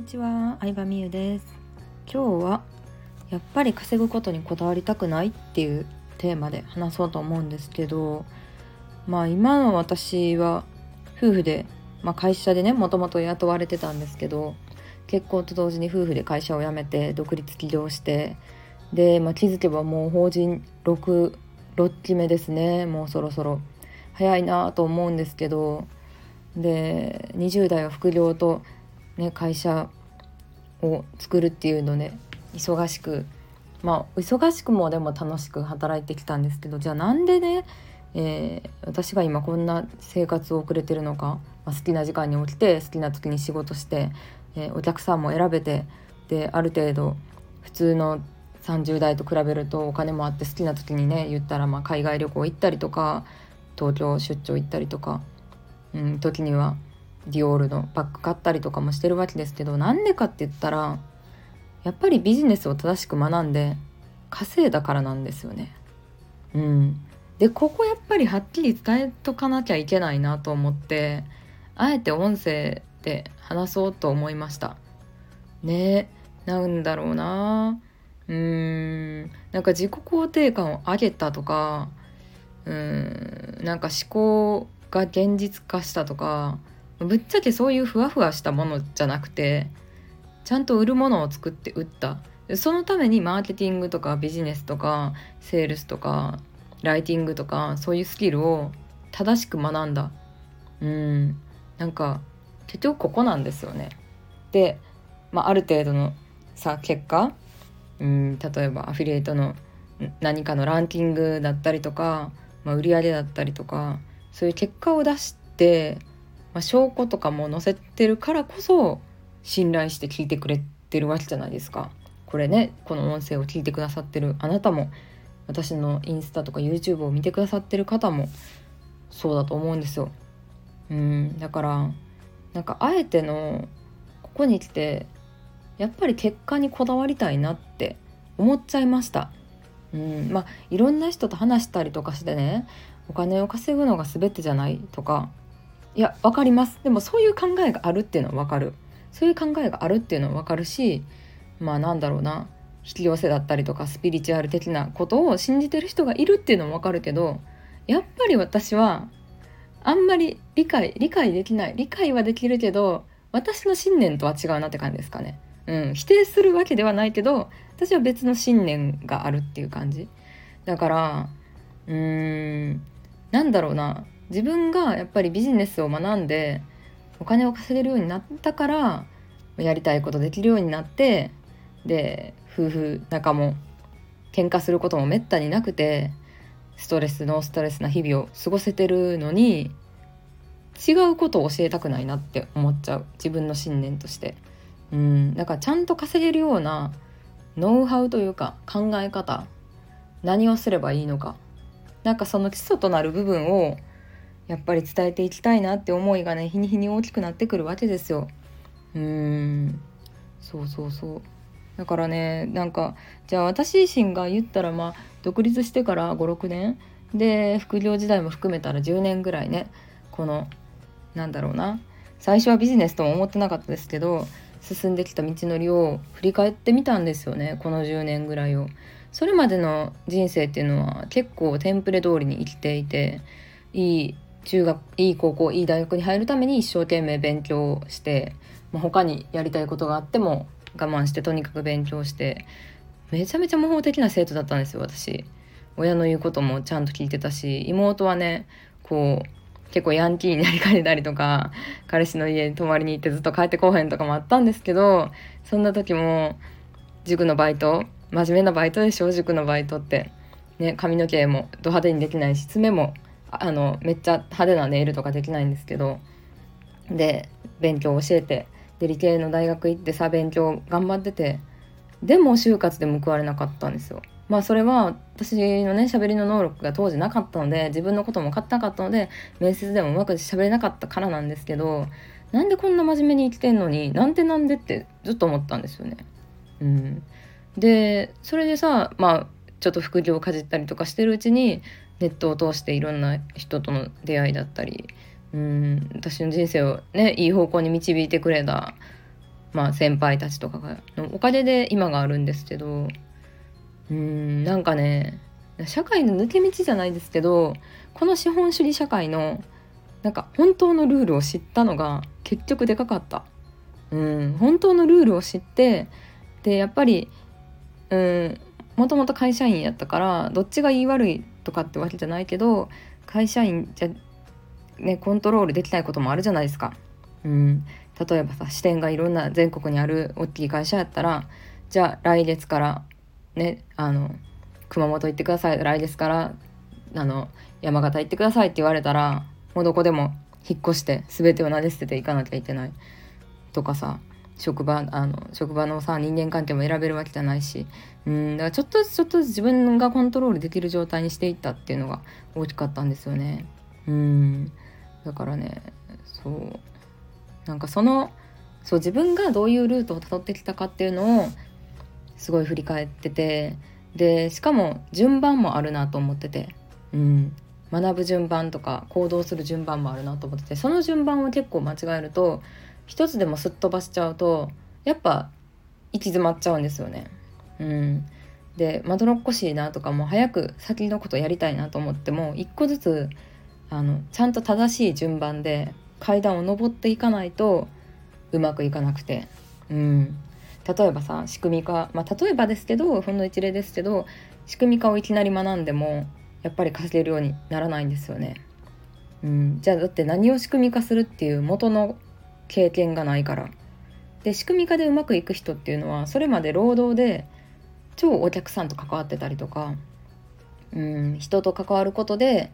にちは、相葉美優です。今日はやっぱり稼ぐことにこだわりたくないっていうテーマで話そうと思うんですけど、今の私は夫婦で、会社でねもともと雇われてたんですけど、結婚と同時に夫婦で会社を辞めて独立起業して、で、気づけばもう法人6期目ですね。もうそろそろ早いなと思うんですけど、で20代は副業と会社を作るっていうので忙しくもでも楽しく働いてきたんですけど、じゃあなんでね、私が今こんな生活を送れてるのか、好きな時間に起きて好きな時に仕事して、お客さんも選べて、である程度普通の30代と比べるとお金もあって、好きな時にね言ったら海外旅行行ったりとか東京出張行ったりとか、時にはディオールのバッグ買ったりとかもしてるわけですけど、なんでかって言ったらやっぱりビジネスを正しく学んで稼いだからなんですよね。でここやっぱりはっきり伝えとかなきゃいけないなと思って、あえて音声で話そうと思いましたね。なんだろうな、なんか自己肯定感を上げたとか、なんか思考が現実化したとか、ぶっちゃけそういうふわふわしたものじゃなくて、ちゃんと売るものを作って売った。そのためにマーケティングとかビジネスとかセールスとかライティングとかそういうスキルを正しく学んだ。なんか結局ここなんですよね。で、ある程度の結果、例えばアフィリエイトの何かのランキングだったりとか、売り上げだったりとか、そういう結果を出して、証拠とかも載せてるからこそ信頼して聞いてくれてるわけじゃないですか。これね、この音声を聞いてくださってるあなたも、私のインスタとか YouTube を見てくださってる方もそうだと思うんですよ。だからなんかあえてのここに来てやっぱり結果にこだわりたいなって思っちゃいました。いろんな人と話したりとかしてね、お金を稼ぐのが全てじゃないとか、いや分かります。でもそういう考えがあるっていうのは分かる。そういう考えがあるっていうのは分かるし、なんだろうな、引き寄せだったりとかスピリチュアル的なことを信じてる人がいるっていうのも分かるけど、やっぱり私はあんまり理解できない。理解はできるけど私の信念とは違うなって感じですかね。否定するわけではないけど、私は別の信念があるっていう感じだから、なんだろうな、自分がやっぱりビジネスを学んでお金を稼げるようになったから、やりたいことできるようになって、で夫婦仲も喧嘩することもめったになくて、ノーストレスな日々を過ごせてるのに、違うことを教えたくないなって思っちゃう、自分の信念として。だからちゃんと稼げるようなノウハウというか考え方、何をすればいいのか、なんかその基礎となる部分をやっぱり伝えていきたいなって思いがね、日に日に大きくなってくるわけですよ。そうだからね、なんかじゃあ私自身が言ったら、独立してから5、6年で副業時代も含めたら10年ぐらいね、このなんだろうな、最初はビジネスとも思ってなかったですけど進んできた道のりを振り返ってみたんですよね、この10年ぐらいを。それまでの人生っていうのは結構テンプレ通りに生きていて、いい中学、いい高校、いい大学に入るために一生懸命勉強して、他にやりたいことがあっても我慢してとにかく勉強して、めちゃめちゃ模倣的な生徒だったんですよ、私。親の言うこともちゃんと聞いてたし、妹はね結構ヤンキーになりかねたりとか、彼氏の家に泊まりに行ってずっと帰ってこうへんとかもあったんですけど、そんな時も塾のバイト、真面目なバイトでしょ、塾のバイトってね、髪の毛もド派手にできないし、爪もめっちゃ派手なネイルとかできないんですけど、で勉強教えて、で理系の大学行って勉強頑張ってて、でも就活で報われなかったんですよ。それは私のね喋りの能力が当時なかったので、自分のことも分かってなかったので面接でもうまく喋れなかったからなんですけど、なんでこんな真面目に生きてんのになんでってずっと思ったんですよね。でそれでちょっと副業をかじったりとかしてるうちに、ネットを通していろんな人との出会いだったり、私の人生をねいい方向に導いてくれた先輩たちとかがのおかげで今があるんですけど、なんかね、社会の抜け道じゃないですけど、この資本主義社会のなんか本当のルールを知ったのが結局でかかった。本当のルールを知って、でやっぱりもともと会社員やったから、どっちが言い悪いとかってわけじゃないけど、会社員じゃねコントロールできないこともあるじゃないですか。例えばさ、支店がいろんな全国にある大きい会社やったら、じゃあ来月からね熊本行ってください、来月から山形行ってくださいって言われたら、もうどこでも引っ越して全てを投げ捨てていかなきゃいけないとかさ、職場のさ人間関係も選べるわけじゃないし、だからちょっとずつ自分がコントロールできる状態にしていったっていうのが大きかったんですよね。だからね、なんか自分がどういうルートをたどってきたかっていうのをすごい振り返ってて、でしかも順番もあるなと思ってて、学ぶ順番とか行動する順番もあるなと思ってて、その順番を結構間違えると、一つでもすっ飛ばしちゃうとやっぱ行き詰まっちゃうんですよね。でまどろっこしいなとか、も早く先のことやりたいなと思っても、一個ずつちゃんと正しい順番で階段を上っていかないとうまくいかなくて、例えばさ、仕組み化、例えばですけど、ほんの一例ですけど、仕組み化をいきなり学んでもやっぱり稼げるようにならないんですよね。じゃあだって何を仕組み化するっていう元の経験がないから。で仕組み化でうまくいく人っていうのは、それまで労働で超お客さんと関わってたりとか、人と関わることで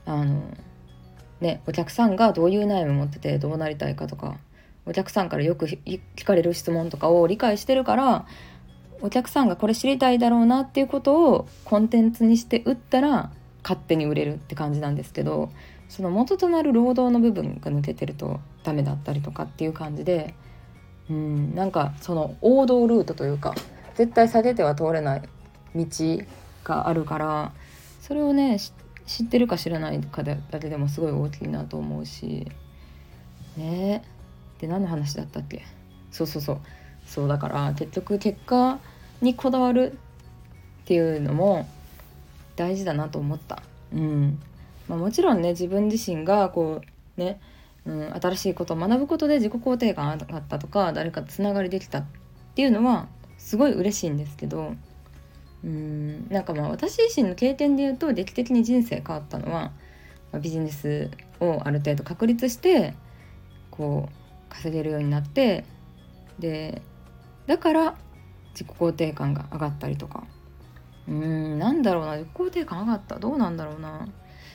お客さんがどういう悩みを持っててどうなりたいかとか、お客さんからよく聞かれる質問とかを理解してるから、お客さんがこれ知りたいだろうなっていうことをコンテンツにして売ったら勝手に売れるって感じなんですけど、その元となる労働の部分が抜けてるとダメだったりとかっていう感じで、なんかその王道ルートというか、絶対避けては通れない道があるから、それをね知ってるか知らないかだけでもすごい大きいなと思うしね。で何の話だったっけ。そうだから結局結果にこだわるっていうのも大事だなと思った。もちろんね、自分自身が新しいことを学ぶことで自己肯定感が上がったとか、誰かとつながりできたっていうのはすごい嬉しいんですけど、なんか私自身の経験で言うと、劇的に人生変わったのは、ビジネスをある程度確立して稼げるようになって、でだから自己肯定感が上がったりとか、なんだろうな、自己肯定感上がった、どうなんだろうな、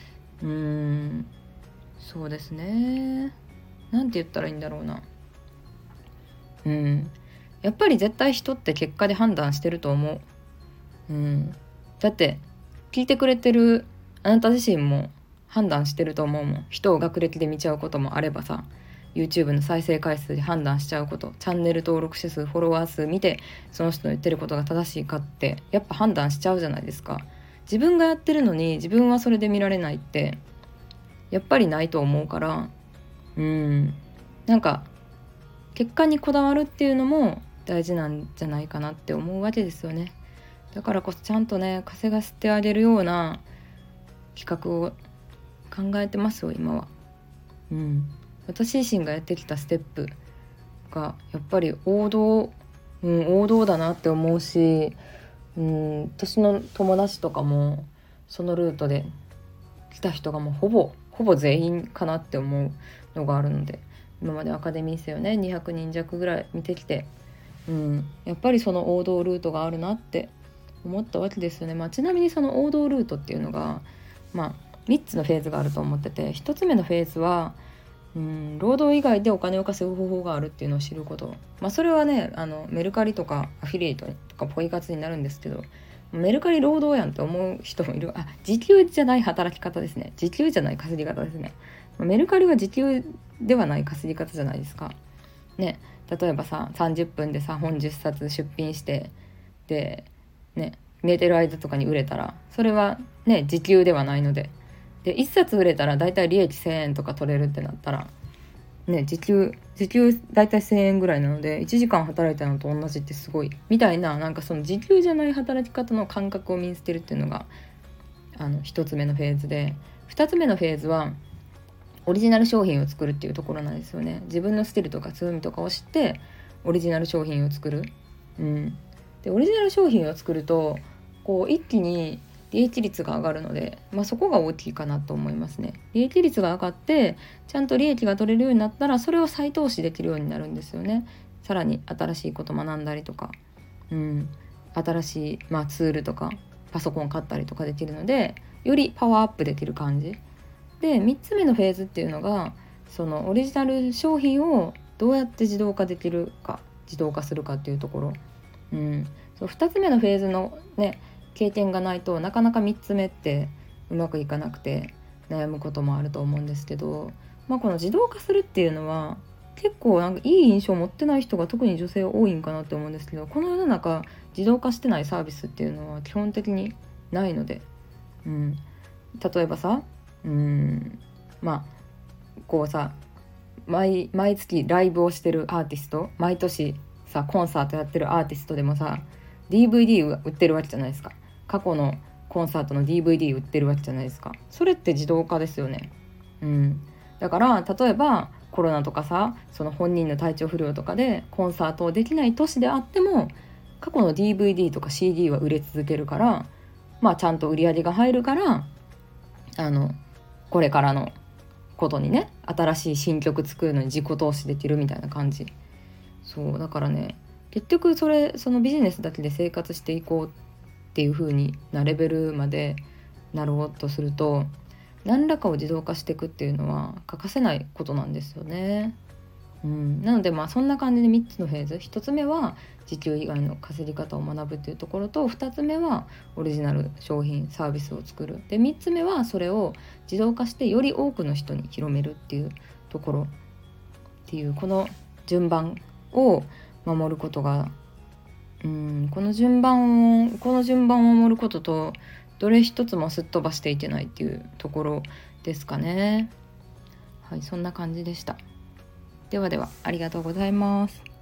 そうですね、なんて言ったらいいんだろうな。やっぱり絶対人って結果で判断してると思う。だって聞いてくれてるあなた自身も判断してると思うもん。人を学歴で見ちゃうこともあればさ、 YouTube の再生回数で判断しちゃうこと、チャンネル登録者数、フォロワー数見てその人の言ってることが正しいかってやっぱ判断しちゃうじゃないですか。自分がやってるのに自分はそれで見られないってやっぱりないと思うから、なんか結果にこだわるっていうのも大事なんじゃないかなって思うわけですよね。だからこそちゃんとね、稼がせてあげるような企画を考えてますよ今は。私自身がやってきたステップがやっぱり王道だなって思うし、私の友達とかもそのルートで来た人がもうほぼ全員かなって思うのがあるので、今までアカデミー生をね200人弱ぐらい見てきて、やっぱりその王道ルートがあるなって思ったわけですよね。ちなみにその王道ルートっていうのが3つのフェーズがあると思ってて、1つ目のフェーズは労働以外でお金を稼ぐ方法があるっていうのを知ること。それはねメルカリとかアフィリエイトとかポイ活になるんですけど、メルカリ労働やんって思う人もいる。時給じゃない働き方ですね。時給じゃない稼ぎ方ですね。メルカリは時給ではない稼ぎ方じゃないですかね。例えばさ、30分でさ本10冊出品してで寝てる間とかに売れたら、それはね時給ではないので、1冊売れたらだいたい利益1000円とか取れるってなったら、 ね、時給だいたい1000円ぐらいなので1時間働いたのと同じってすごいみたいな、なんかその時給じゃない働き方の感覚を身につけるっていうのが1つ目のフェーズで、2つ目のフェーズはオリジナル商品を作るっていうところなんですよね。自分のスキルとか強みとかを知ってオリジナル商品を作る、でオリジナル商品を作るとこう一気に利益率が上がるので、そこが大きいかなと思いますね。利益率が上がってちゃんと利益が取れるようになったら、それを再投資できるようになるんですよね。さらに新しいこと学んだりとか、新しい、ツールとかパソコン買ったりとかできるので、よりパワーアップできる感じで、3つ目のフェーズっていうのがそのオリジナル商品をどうやって自動化できるか、自動化するかっていうところ、そう2つ目のフェーズのね経験がないとなかなか3つ目ってうまくいかなくて悩むこともあると思うんですけど、この自動化するっていうのは結構なんかいい印象を持ってない人が特に女性多いんかなって思うんですけど、この世の中自動化してないサービスっていうのは基本的にないので、例えばさ、こうさ毎月ライブをしてるアーティスト、毎年さコンサートやってるアーティストでもさ DVD 売ってるわけじゃないですか。過去のコンサートの DVD 売ってるわけじゃないですか。それって自動化ですよね。だから例えばコロナとかさ、その本人の体調不良とかでコンサートをできない年であっても、過去の DVD とか CD は売れ続けるから、ちゃんと売り上げが入るから、これからのことにね、新しい新曲作るのに自己投資できるみたいな感じ。そうだからね、結局そのビジネスだけで生活していこうっていう風になレベルまでなろうとすると、何らかを自動化していくっていうのは欠かせないことなんですよね。なのでそんな感じで3つのフェーズ、1つ目は時給以外の稼ぎ方を学ぶっていうところと、2つ目はオリジナル商品サービスを作る、で3つ目はそれを自動化してより多くの人に広めるっていうところっていう、この順番を守ることが、この順番を守ることとどれ一つもすっ飛ばしていけないっていうところですかね。はい、そんな感じでした。ではでは、ありがとうございます。